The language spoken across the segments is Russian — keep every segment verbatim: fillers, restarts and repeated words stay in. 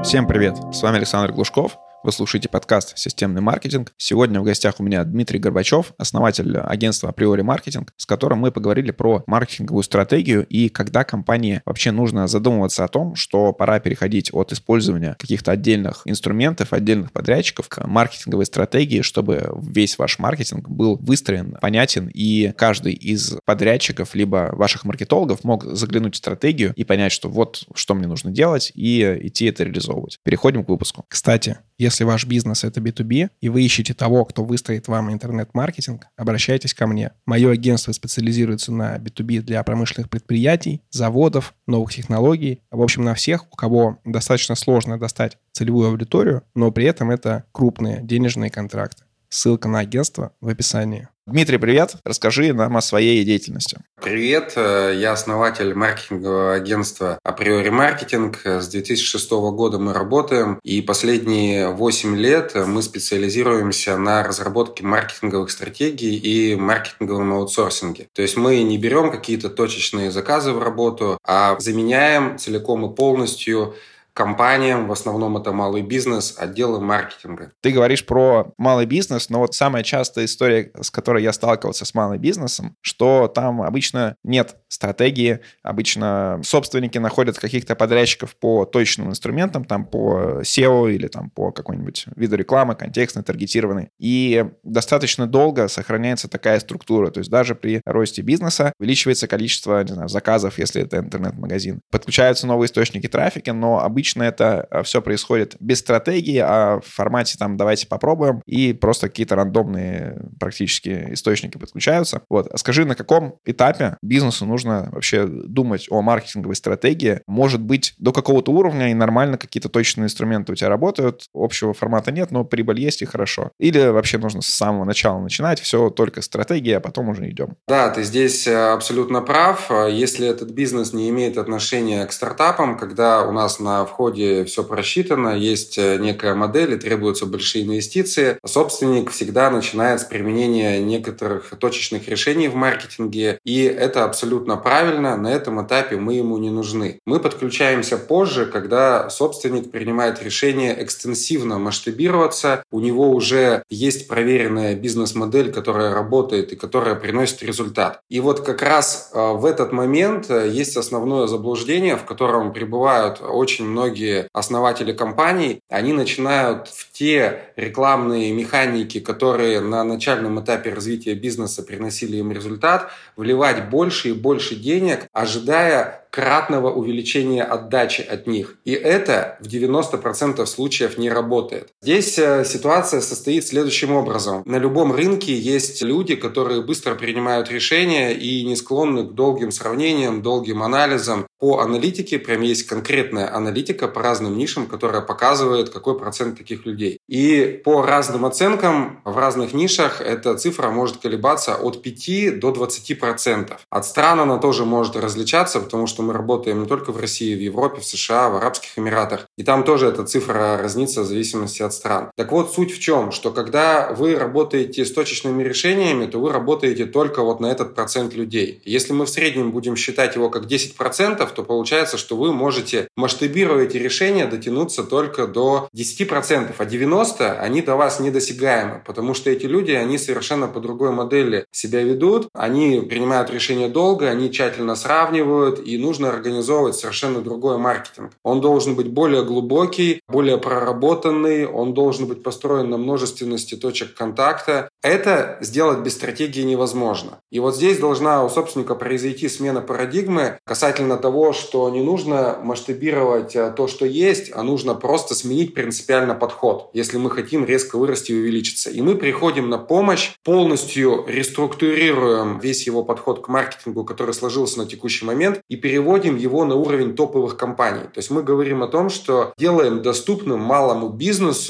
Всем привет! С вами Александр Глушков. Вы слушаете подкаст «Системный маркетинг». Сегодня в гостях у меня Дмитрий Горбачев, основатель агентства «Априори Маркетинг», с которым мы поговорили про маркетинговую стратегию и когда компании вообще нужно задумываться о том, что пора переходить от использования каких-то отдельных инструментов, отдельных подрядчиков к маркетинговой стратегии, чтобы весь ваш маркетинг был выстроен, понятен, и каждый из подрядчиков либо ваших маркетологов мог заглянуть в стратегию и понять, что вот что мне нужно делать, и идти это реализовывать. Переходим к выпуску. Кстати, если ваш бизнес — это би ту би, и вы ищете того, кто выстроит вам интернет-маркетинг, обращайтесь ко мне. Мое агентство специализируется на би ту би для промышленных предприятий, заводов, новых технологий. В общем, на всех, у кого достаточно сложно достать целевую аудиторию, но при этом это крупные денежные контракты. Ссылка на агентство в описании. Дмитрий, привет. Расскажи нам о своей деятельности. Привет. Я основатель маркетингового агентства «Априори Маркетинг». С две тысячи шестого года мы работаем, и последние восемь лет мы специализируемся на разработке маркетинговых стратегий и маркетинговом аутсорсинге. То есть мы не берем какие-то точечные заказы в работу, а заменяем целиком и полностью компаниям, в основном это малый бизнес, отделы маркетинга. Ты говоришь про малый бизнес, но вот самая частая история, с которой я сталкивался с малым бизнесом, что там обычно нет стратегии, обычно собственники находят каких-то подрядчиков по точным инструментам, там по сео или там по какой-нибудь виду рекламы, контекстной, таргетированной. И достаточно долго сохраняется такая структура. То есть даже при росте бизнеса увеличивается количество, не знаю, заказов, если это интернет-магазин. Подключаются новые источники трафика, но обычно Обычно это все происходит без стратегии, а в формате там «давайте попробуем», и просто какие-то рандомные практически источники подключаются. Вот. Скажи, на каком этапе бизнесу нужно вообще думать о маркетинговой стратегии? Может быть, до какого-то уровня и нормально какие-то точные инструменты у тебя работают, общего формата нет, но прибыль есть и хорошо. Или вообще нужно с самого начала начинать, все только стратегия, а потом уже идем? Да, ты здесь абсолютно прав. Если этот бизнес не имеет отношения к стартапам, когда у нас на в ходе все просчитано, есть некая модель и требуются большие инвестиции, собственник всегда начинает с применения некоторых точечных решений в маркетинге, и это абсолютно правильно, на этом этапе мы ему не нужны. Мы подключаемся позже, когда собственник принимает решение экстенсивно масштабироваться, у него уже есть проверенная бизнес-модель, которая работает и которая приносит результат. И вот как раз в этот момент есть основное заблуждение, в котором пребывают очень многие Многие основатели компаний, они начинают в те рекламные механики, которые на начальном этапе развития бизнеса приносили им результат, вливать больше и больше денег, ожидая кратного увеличения отдачи от них. И это в девяносто процентов случаев не работает. Здесь ситуация состоит следующим образом. На любом рынке есть люди, которые быстро принимают решения и не склонны к долгим сравнениям, долгим анализам. По аналитике, прям есть конкретная аналитика по разным нишам, которая показывает, какой процент таких людей. И по разным оценкам в разных нишах эта цифра может колебаться от пяти до двадцати процентов. От стран она тоже может различаться, потому что мы работаем не только в России, в Европе, в США, в Арабских Эмиратах. И там тоже эта цифра разнится в зависимости от стран. Так вот, суть в чем? Что когда вы работаете с точечными решениями, то вы работаете только вот на этот процент людей. Если мы в среднем будем считать его как десять процентов, то получается, что вы можете, масштабируя эти решения, дотянуться только до десяти процентов, а девяносто процентов они до вас недосягаемы, потому что эти люди, они совершенно по другой модели себя ведут, они принимают решения долго, они тщательно сравнивают, и нужно организовывать совершенно другой маркетинг. Он должен быть более глубокий, более проработанный, он должен быть построен на множественности точек контакта. Это сделать без стратегии невозможно. И вот здесь должна у собственника произойти смена парадигмы касательно того, что не нужно масштабировать то, что есть, а нужно просто сменить принципиально подход, если мы хотим резко вырасти и увеличиться. И мы приходим на помощь, полностью реструктурируем весь его подход к маркетингу, который сложился на текущий момент, и переводим его на уровень топовых компаний. То есть мы говорим о том, что делаем доступным малому бизнесу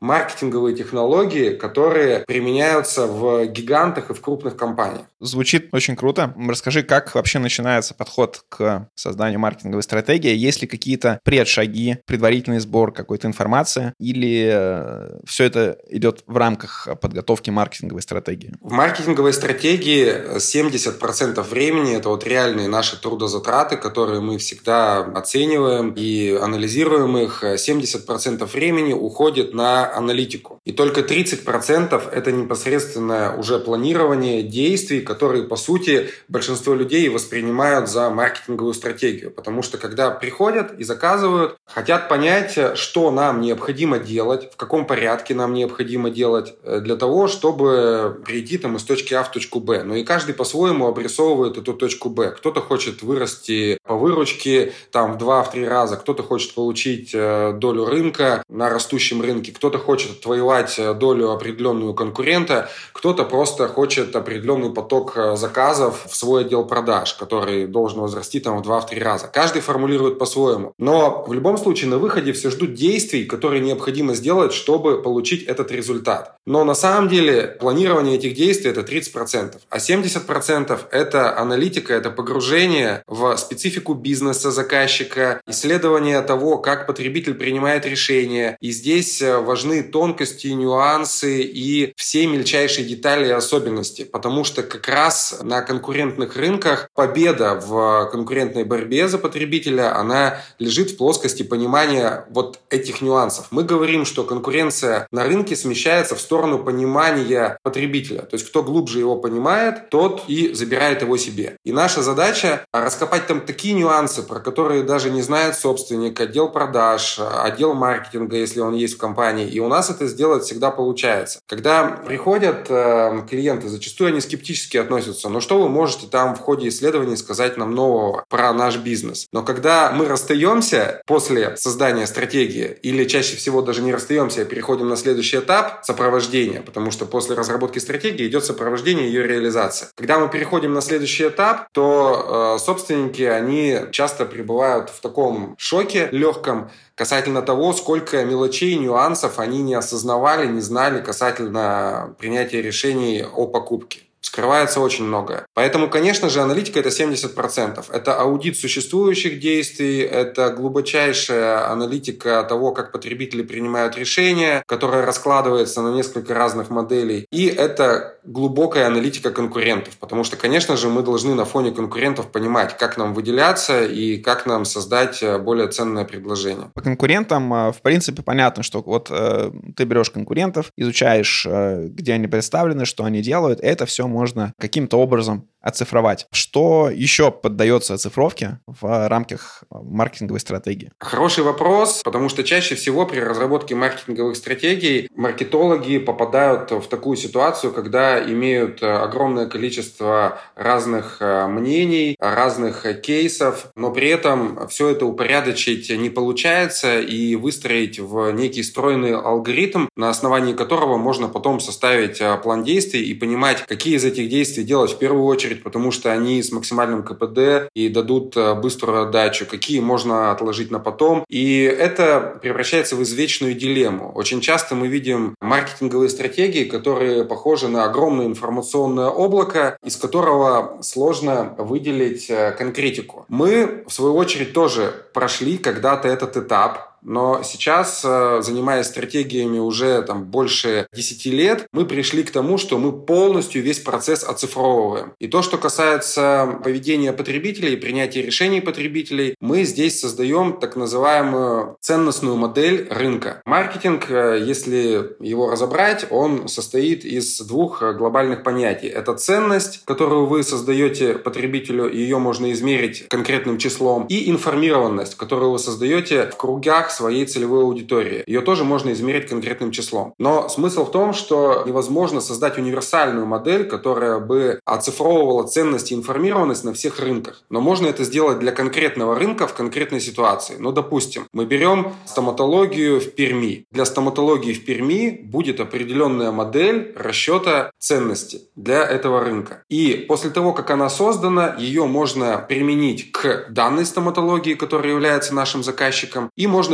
маркетинговые технологии, которые применяются в гигантах и в крупных компаниях. Звучит очень круто. Расскажи, как вообще начинается подход к созданию маркетинговой стратегии? Есть ли какие-то предшаги, предварительный сбор какой-то информации, или э, все это идет в рамках подготовки маркетинговой стратегии? В маркетинговой стратегии семьдесят процентов времени – это вот реальные наши трудозатраты, которые мы всегда оцениваем и анализируем их. семьдесят процентов времени уходит на аналитику. И только тридцать процентов – это непосредственное уже планирование действий, которые, по сути, большинство людей воспринимают за маркетинговую стратегию. Потому что, когда приходят и заказывают, хотят понять, что нам необходимо делать, в каком порядке нам необходимо делать для того, чтобы перейти там, из точки А в точку Б. Но и каждый по-своему обрисовывает эту точку Б. Кто-то хочет вырасти по выручке там, в два-три раза, кто-то хочет получить долю рынка на растущем рынке, кто-то хочет отвоевать долю определенную конкурента, кто-то просто хочет определенный поток заказов в свой отдел продаж, который должен возрасти там, в два-три раза. Каждый формулирует по-своему. Но в любом случае на выходе все ждут действий, которые необходимо сделать, чтобы получить этот результат. Но на самом деле планирование этих действий – это тридцать процентов, а семьдесят процентов – это аналитика, это погружение в специфику бизнеса заказчика, исследование того, как потребитель принимает решения. И здесь важны тонкости, нюансы и все мельчайшие детали и особенности, потому что как раз на конкурентных рынках победа в конкурентной борьбе за потребителя, она лежит в плоскости понимания вот этих нюансов. Мы говорим, что конкуренция на рынке смещается в сторону понимания потребителя. То есть кто глубже его понимает, тот и забирает его себе. И наша задача раскопать там такие нюансы, про которые даже не знает собственник, отдел продаж, отдел маркетинга, если он есть в компании. И у нас это сделать всегда получается. Когда приходят э, клиенты, зачастую они скептически относятся. Ну что вы можете там в ходе исследований сказать нам нового про наш бизнес? Но когда мы расстаемся после создания стратегии, или чаще всего даже не расстаемся, а переходим на следующий этап сопровождения, потому что после разработки стратегии идет сопровождение и ее реализация. Когда мы переходим на следующий этап, то э, собственники, они часто пребывают в таком шоке легком касательно того, сколько мелочей, нюансов они не осознавали, не знали касательно принятия решений о покупке. Скрывается очень многое. Поэтому, конечно же, аналитика – это семьдесят процентов. Это аудит существующих действий, это глубочайшая аналитика того, как потребители принимают решения, которая раскладывается на несколько разных моделей. И это глубокая аналитика конкурентов. Потому что, конечно же, мы должны на фоне конкурентов понимать, как нам выделяться и как нам создать более ценное предложение. По конкурентам, в принципе, понятно, что вот э, ты берешь конкурентов, изучаешь, э, где они представлены, что они делают, это все можно каким-то образом оцифровать. Что еще поддается оцифровке в рамках маркетинговой стратегии? Хороший вопрос, потому что чаще всего при разработке маркетинговых стратегий маркетологи попадают в такую ситуацию, когда имеют огромное количество разных мнений, разных кейсов, но при этом все это упорядочить не получается и выстроить в некий стройный алгоритм, на основании которого можно потом составить план действий и понимать, какие из этих действий делать в первую очередь, потому что они с максимальным ка пэ дэ и дадут быструю отдачу, какие можно отложить на потом. И это превращается в извечную дилемму. Очень часто мы видим маркетинговые стратегии, которые похожи на огромное информационное облако, из которого сложно выделить конкретику. Мы, в свою очередь, тоже прошли когда-то этот этап. Но сейчас, занимаясь стратегиями уже там, больше десяти лет, мы пришли к тому, что мы полностью весь процесс оцифровываем. И то, что касается поведения потребителей, принятия решений потребителей, мы здесь создаем так называемую ценностную модель рынка. Маркетинг, если его разобрать, он состоит из двух глобальных понятий. Это ценность, которую вы создаете потребителю, ее можно измерить конкретным числом, и информированность, которую вы создаете в кругах своей целевой аудитории. Ее тоже можно измерить конкретным числом. Но смысл в том, что невозможно создать универсальную модель, которая бы оцифровывала ценность и информированность на всех рынках. Но можно это сделать для конкретного рынка в конкретной ситуации. Ну, допустим, мы берем стоматологию в Перми. Для стоматологии в Перми будет определенная модель расчета ценности для этого рынка. И после того, как она создана, ее можно применить к данной стоматологии, которая является нашим заказчиком, и можно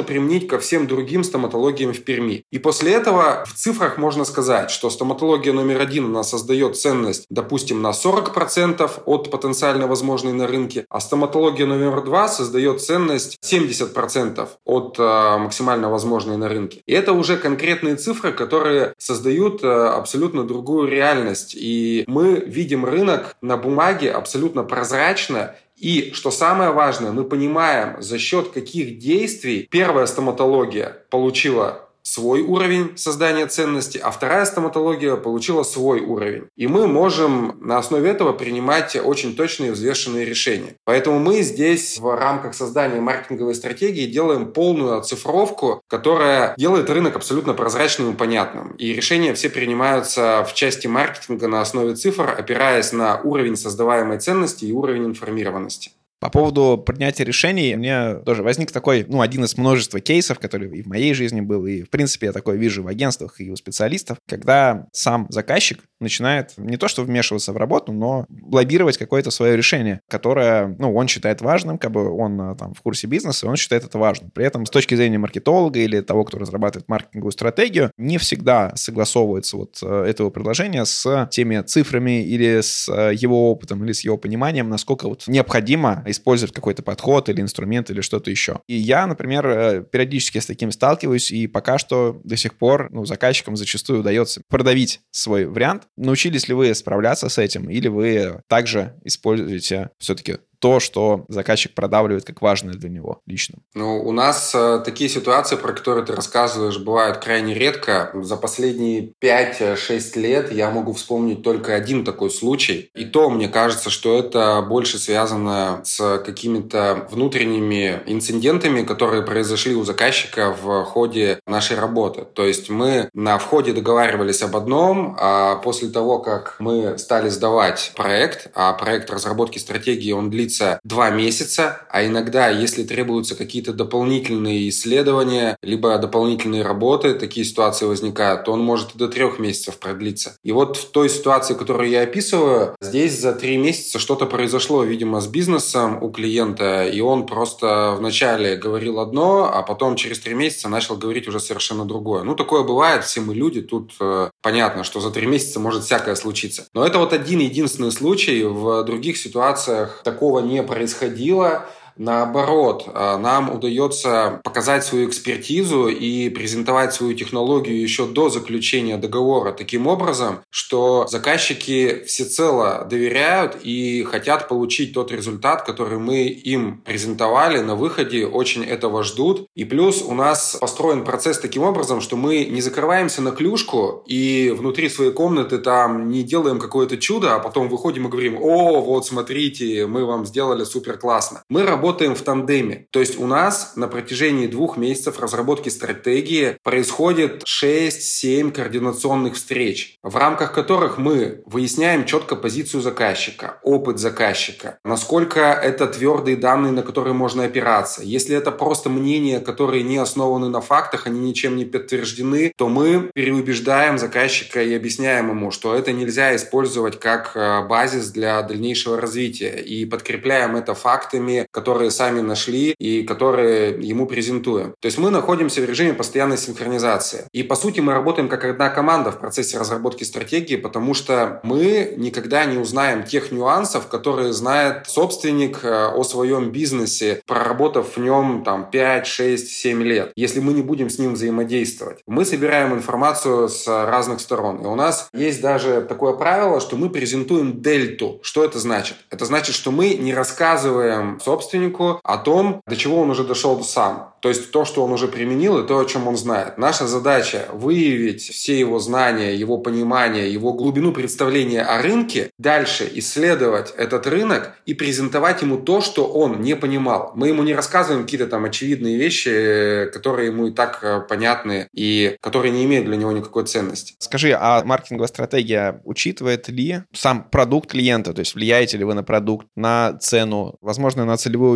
применить ко всем другим стоматологиям в Перми. И после этого в цифрах можно сказать, что стоматология номер один у нас создает ценность, допустим, на сорок процентов от потенциально возможной на рынке, а стоматология номер два создает ценность семьдесят процентов от э, максимально возможной на рынке. И это уже конкретные цифры, которые создают э, абсолютно другую реальность. И мы видим рынок на бумаге абсолютно прозрачно. И, что самое важное, мы понимаем, за счет каких действий первая стоматология получила свой уровень создания ценности, а вторая стоматология получила свой уровень. И мы можем на основе этого принимать очень точные и взвешенные решения. Поэтому мы здесь в рамках создания маркетинговой стратегии делаем полную оцифровку, которая делает рынок абсолютно прозрачным и понятным. И решения все принимаются в части маркетинга на основе цифр, опираясь на уровень создаваемой ценности и уровень информированности. По поводу принятия решений, у меня тоже возник такой, ну, один из множества кейсов, который и в моей жизни был, и, в принципе, я такое вижу в агентствах и у специалистов, когда сам заказчик начинает не то что вмешиваться в работу, но лоббировать какое-то свое решение, которое, ну, он считает важным, как бы он там в курсе бизнеса, он считает это важным. При этом с точки зрения маркетолога или того, кто разрабатывает маркетинговую стратегию, не всегда согласовывается вот этого предложения с теми цифрами или с его опытом, или с его пониманием, насколько вот необходимо использовать какой-то подход или инструмент или что-то еще. И я, например, периодически с таким сталкиваюсь, и пока что до сих пор, ну, заказчикам зачастую удается продавить свой вариант. Научились ли вы справляться с этим, или вы также используете все-таки то, что заказчик продавливает как важное для него лично? Ну, у нас э, такие ситуации, про которые ты рассказываешь, бывают крайне редко. За последние пять-шесть лет я могу вспомнить только один такой случай. И то, мне кажется, что это больше связано с какими-то внутренними инцидентами, которые произошли у заказчика в ходе нашей работы. То есть мы на входе договаривались об одном, а после того, как мы стали сдавать проект, а проект разработки стратегии, он длится два месяца, а иногда, если требуются какие-то дополнительные исследования, либо дополнительные работы, такие ситуации возникают, то он может и до трех месяцев продлиться. И вот в той ситуации, которую я описываю, здесь за три месяца что-то произошло, видимо, с бизнесом у клиента, и он просто вначале говорил одно, а потом через три месяца начал говорить уже совершенно другое. Ну, такое бывает, все мы люди, тут э, понятно, что за три месяца может всякое случиться. Но это вот один единственный случай, в других ситуациях такого не происходило. Наоборот, нам удается показать свою экспертизу и презентовать свою технологию еще до заключения договора таким образом, что заказчики всецело доверяют и хотят получить тот результат, который мы им презентовали на выходе, очень этого ждут. И плюс у нас построен процесс таким образом, что мы не закрываемся на клюшку и внутри своей комнаты там не делаем какое-то чудо, а потом выходим и говорим: «О, вот смотрите, мы вам сделали супер классно». Мы работаем работаем в тандеме. То есть у нас на протяжении двух месяцев разработки стратегии происходит шесть-семь координационных встреч, в рамках которых мы выясняем четко позицию заказчика, опыт заказчика, насколько это твердые данные, на которые можно опираться. Если это просто мнения, которые не основаны на фактах, они ничем не подтверждены, то мы переубеждаем заказчика и объясняем ему, что это нельзя использовать как базис для дальнейшего развития, и подкрепляем это фактами, которые сами нашли и которые ему презентуем. То есть мы находимся в режиме постоянной синхронизации. И по сути мы работаем как одна команда в процессе разработки стратегии, потому что мы никогда не узнаем тех нюансов, которые знает собственник о своем бизнесе, проработав в нем там пять, шесть, семь лет, если мы не будем с ним взаимодействовать. Мы собираем информацию с разных сторон. И у нас есть даже такое правило, что мы презентуем дельту. Что это значит? Это значит, что мы не рассказываем собственнику о том, до чего он уже дошел сам. То есть то, что он уже применил, и то, о чем он знает. Наша задача – выявить все его знания, его понимание, его глубину представления о рынке, дальше исследовать этот рынок и презентовать ему то, что он не понимал. Мы ему не рассказываем какие-то там очевидные вещи, которые ему и так понятны и которые не имеют для него никакой ценности. Скажи, а маркетинговая стратегия учитывает ли сам продукт клиента? То есть влияете ли вы на продукт, на цену, возможно, на целевую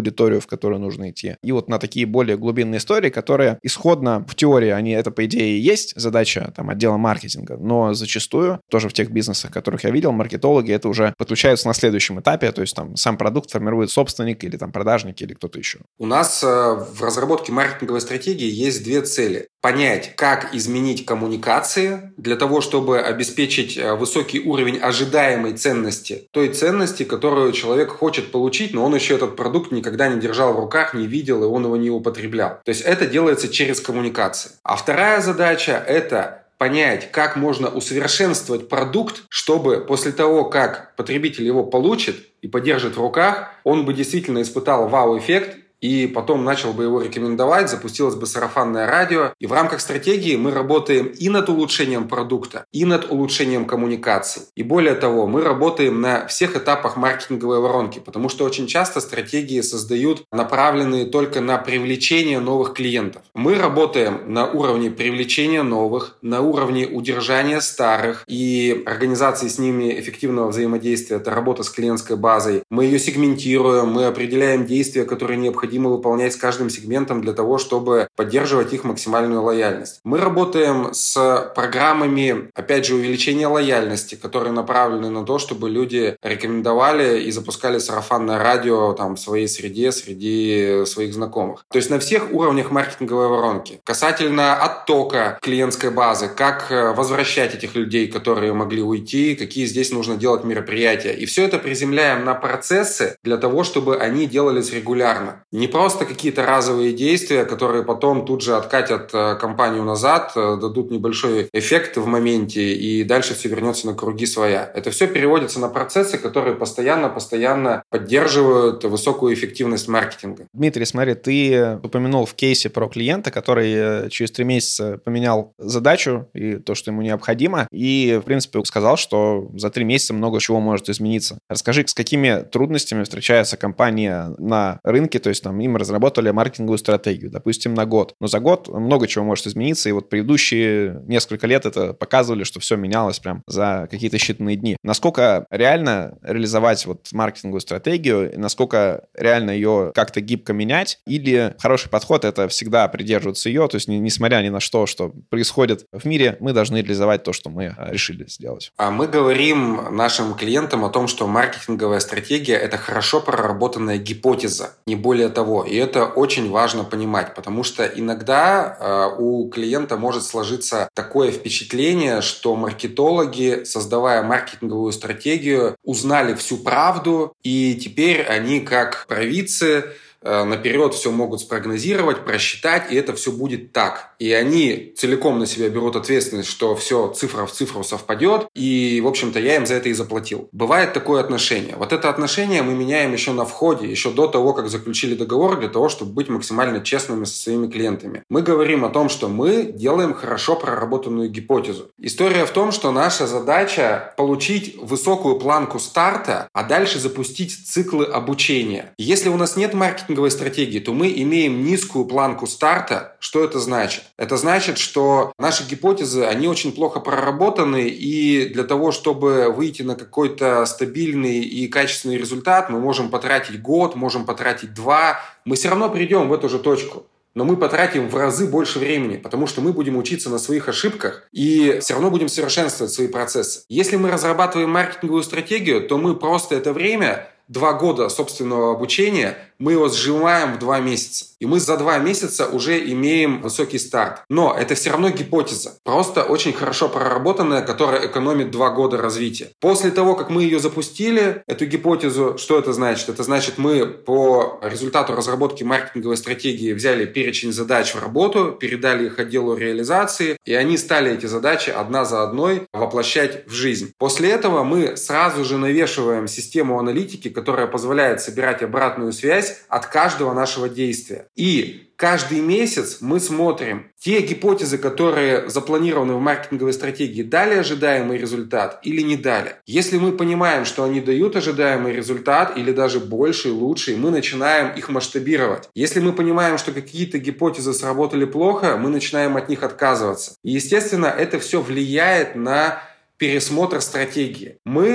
аудиторию, в которую нужно идти. И вот на такие более глубинные истории, которые исходно в теории, они это, по идее, и есть задача там, отдела маркетинга, но зачастую тоже в тех бизнесах, которых я видел, маркетологи это уже подключаются на следующем этапе, то есть там сам продукт формирует собственник или там продажник или кто-то еще. У нас в разработке маркетинговой стратегии есть две цели. Понять, как изменить коммуникации для того, чтобы обеспечить высокий уровень ожидаемой ценности, той ценности, которую человек хочет получить, но он еще этот продукт никогда не держал в руках, не видел, и он его не употреблял. То есть это делается через коммуникации. А вторая задача – это понять, как можно усовершенствовать продукт, чтобы после того, как потребитель его получит и подержит в руках, он бы действительно испытал вау-эффект, и потом начал бы его рекомендовать, запустилось бы сарафанное радио. И в рамках стратегии мы работаем и над улучшением продукта, и над улучшением коммуникаций. И более того, мы работаем на всех этапах маркетинговой воронки, потому что очень часто стратегии создают направленные только на привлечение новых клиентов. Мы работаем на уровне привлечения новых, на уровне удержания старых и организации с ними эффективного взаимодействия. Это работа с клиентской базой. Мы ее сегментируем, мы определяем действия, которые необходимы выполнять с каждым сегментом для того, чтобы поддерживать их максимальную лояльность. Мы работаем с программами, опять же, увеличения лояльности, которые направлены на то, чтобы люди рекомендовали и запускали сарафанное радио там, в своей среде, среди своих знакомых. То есть на всех уровнях маркетинговой воронки. Касательно оттока клиентской базы, как возвращать этих людей, которые могли уйти, какие здесь нужно делать мероприятия. И все это приземляем на процессы для того, чтобы они делались регулярно. Не просто какие-то разовые действия, которые потом тут же откатят компанию назад, дадут небольшой эффект в моменте, и дальше все вернется на круги своя. Это все переводится на процессы, которые постоянно-постоянно поддерживают высокую эффективность маркетинга. Дмитрий, смотри, ты упомянул в кейсе про клиента, который через три месяца поменял задачу и то, что ему необходимо, и, в принципе, сказал, что за три месяца много чего может измениться. Расскажи, с какими трудностями встречается компания на рынке, то есть там им разработали маркетинговую стратегию, допустим, на год. Но за год много чего может измениться, и вот предыдущие несколько лет это показывали, что все менялось прям за какие-то считанные дни. Насколько реально реализовать вот маркетинговую стратегию, и насколько реально ее как-то гибко менять, или хороший подход — это всегда придерживаться ее, то есть несмотря ни на что, что происходит в мире, мы должны реализовать то, что мы решили сделать. А мы говорим нашим клиентам о том, что маркетинговая стратегия — это хорошо проработанная гипотеза, не более того. И это очень важно понимать, потому что иногда э, у клиента может сложиться такое впечатление, что маркетологи, создавая маркетинговую стратегию, узнали всю правду, и теперь они, как провидцы, наперед все могут спрогнозировать, просчитать, и это все будет так. И они целиком на себя берут ответственность, что все цифра в цифру совпадет, и, в общем-то, я им за это и заплатил. Бывает такое отношение. Вот это отношение мы меняем еще на входе, еще до того, как заключили договор, для того, чтобы быть максимально честными со своими клиентами. Мы говорим о том, что мы делаем хорошо проработанную гипотезу. История в том, что наша задача получить высокую планку старта, а дальше запустить циклы обучения. Если у нас нет маркетинга стратегии, то мы имеем низкую планку старта. Что это значит? Это значит, что наши гипотезы, они очень плохо проработаны, и для того, чтобы выйти на какой-то стабильный и качественный результат, мы можем потратить год, можем потратить два. Мы все равно придем в эту же точку. Но мы потратим в разы больше времени, потому что мы будем учиться на своих ошибках и все равно будем совершенствовать свои процессы. Если мы разрабатываем маркетинговую стратегию, то мы просто это время, два года собственного обучения, мы его сжимаем в два месяца. И мы за два месяца уже имеем высокий старт. Но это все равно гипотеза. Просто очень хорошо проработанная, которая экономит два года развития. После того, как мы ее запустили, эту гипотезу, что это значит? Это значит, мы по результату разработки маркетинговой стратегии взяли перечень задач в работу, передали их отделу реализации, и они стали эти задачи одна за одной воплощать в жизнь. После этого мы сразу же навешиваем систему аналитики, которая позволяет собирать обратную связь от каждого нашего действия. И каждый месяц мы смотрим, те гипотезы, которые запланированы в маркетинговой стратегии, дали ожидаемый результат или не дали. Если мы понимаем, что они дают ожидаемый результат или даже больший, лучший, мы начинаем их масштабировать. Если мы понимаем, что какие-то гипотезы сработали плохо, мы начинаем от них отказываться. И, естественно, это все влияет на пересмотр стратегии. Мы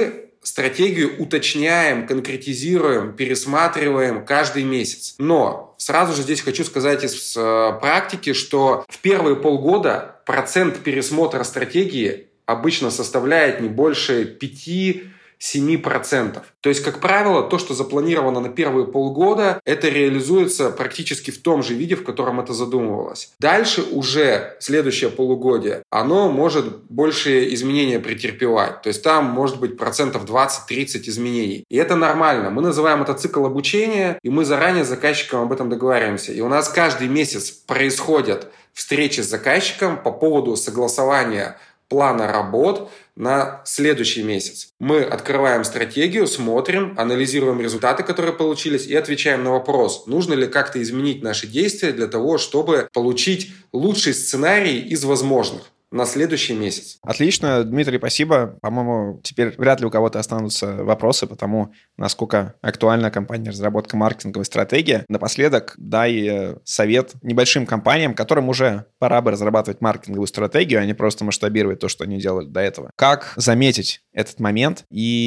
стратегию уточняем, конкретизируем, пересматриваем каждый месяц. Но сразу же здесь хочу сказать из практики, что в первые полгода процент пересмотра стратегии обычно составляет не больше пяти-семи процентов. То есть, как правило, то, что запланировано на первые полгода, это реализуется практически в том же виде, в котором это задумывалось. Дальше уже следующее полугодие, оно может большие изменения претерпевать. То есть, там может быть процентов двадцать-тридцать изменений. И это нормально. Мы называем это цикл обучения, и мы заранее с заказчиком об этом договариваемся. И у нас каждый месяц происходят встречи с заказчиком по поводу согласования плана работ на следующий месяц. Мы открываем стратегию, смотрим, анализируем результаты, которые получились, и отвечаем на вопрос, нужно ли как-то изменить наши действия для того, чтобы получить лучший сценарий из возможных на следующий месяц. Отлично, Дмитрий, спасибо. По-моему, теперь вряд ли у кого-то останутся вопросы по тому, насколько актуальна компания разработка маркетинговой стратегии. Напоследок дай совет небольшим компаниям, которым уже пора бы разрабатывать маркетинговую стратегию, а не просто масштабировать то, что они делали до этого. Как заметить этот момент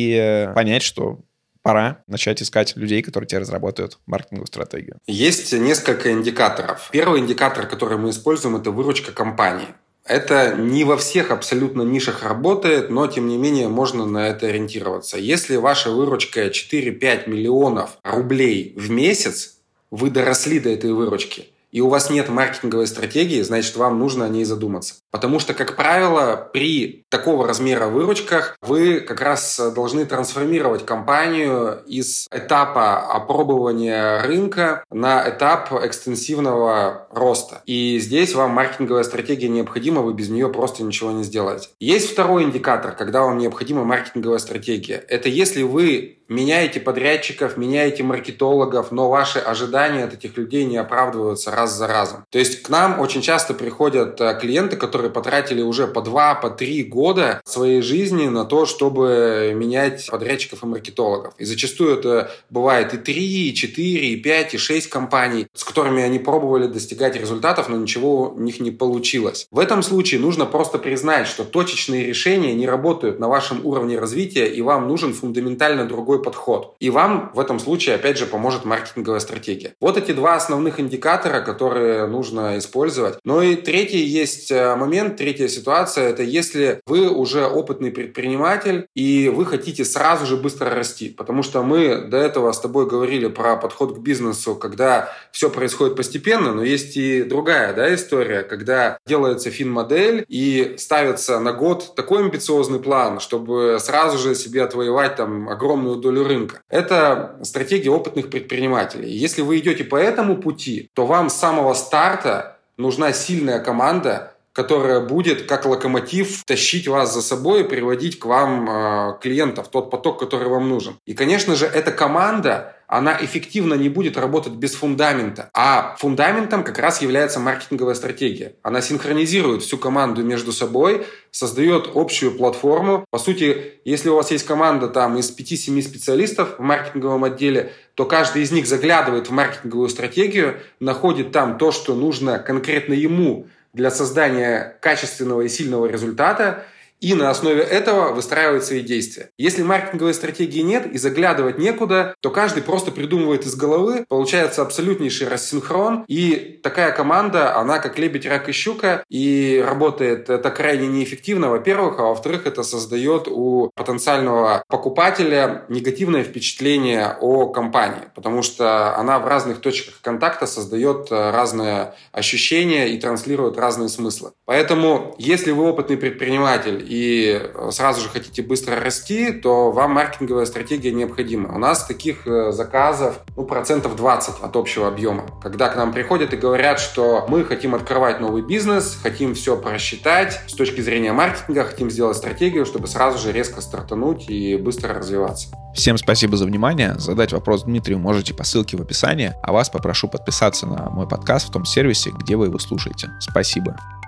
и понять, что пора начать искать людей, которые тебе разработают маркетинговую стратегию? Есть несколько индикаторов. Первый индикатор, который мы используем, это выручка компании. Это не во всех абсолютно нишах работает, но, тем не менее, можно на это ориентироваться. Если ваша выручка четыре-пять миллионов рублей в месяц, вы доросли до этой выручки, и у вас нет маркетинговой стратегии, значит, вам нужно о ней задуматься. Потому что, как правило, при такого размера выручках вы как раз должны трансформировать компанию из этапа опробования рынка на этап экстенсивного роста. И здесь вам маркетинговая стратегия необходима, вы без нее просто ничего не сделаете. Есть второй индикатор, когда вам необходима маркетинговая стратегия. Это если вы меняете подрядчиков, меняете маркетологов, но ваши ожидания от этих людей не оправдываются раз за разом. То есть к нам очень часто приходят клиенты, которые потратили уже по два, по три года своей жизни на то, чтобы менять подрядчиков и маркетологов. И зачастую это бывает и три, и четыре, и пять, и шесть компаний, с которыми они пробовали достигать результатов, но ничего у них не получилось. В этом случае нужно просто признать, что точечные решения не работают на вашем уровне развития, и вам нужен фундаментально другой подход. И вам в этом случае, опять же, поможет маркетинговая стратегия. Вот эти два основных индикатора, которые нужно использовать. Но и третий есть момент, третья ситуация, это если вы уже опытный предприниматель и вы хотите сразу же быстро расти. Потому что мы до этого с тобой говорили про подход к бизнесу, когда все происходит постепенно, но есть и другая, да, история, когда делается финмодель и ставится на год такой амбициозный план, чтобы сразу же себе отвоевать там огромную долю рынка. Это стратегия опытных предпринимателей. Если вы идете по этому пути, то вам с самого старта нужна сильная команда, которая будет, как локомотив, тащить вас за собой и приводить к вам э, клиентов, тот поток, который вам нужен. И, конечно же, эта команда, она эффективно не будет работать без фундамента. А фундаментом как раз является маркетинговая стратегия. Она синхронизирует всю команду между собой, создает общую платформу. По сути, если у вас есть команда там, из пяти-семи специалистов в маркетинговом отделе, то каждый из них заглядывает в маркетинговую стратегию, находит там то, что нужно конкретно ему для создания качественного и сильного результата, и на основе этого выстраивать свои действия. Если маркетинговой стратегии нет и заглядывать некуда, то каждый просто придумывает из головы, получается абсолютнейший рассинхрон, и такая команда, она как лебедь, рак и щука, и работает это крайне неэффективно, во-первых, а во-вторых, это создает у потенциального покупателя негативное впечатление о компании, потому что она в разных точках контакта создает разные ощущения и транслирует разные смыслы. Поэтому, если вы опытный предприниматель и сразу же хотите быстро расти, то вам маркетинговая стратегия необходима. У нас таких заказов ну, процентов двадцать от общего объема. Когда к нам приходят и говорят, что мы хотим открывать новый бизнес, хотим все просчитать с точки зрения маркетинга, хотим сделать стратегию, чтобы сразу же резко стартануть и быстро развиваться. Всем спасибо за внимание. Задать вопрос Дмитрию можете по ссылке в описании, а вас попрошу подписаться на мой подкаст в том сервисе, где вы его слушаете. Спасибо.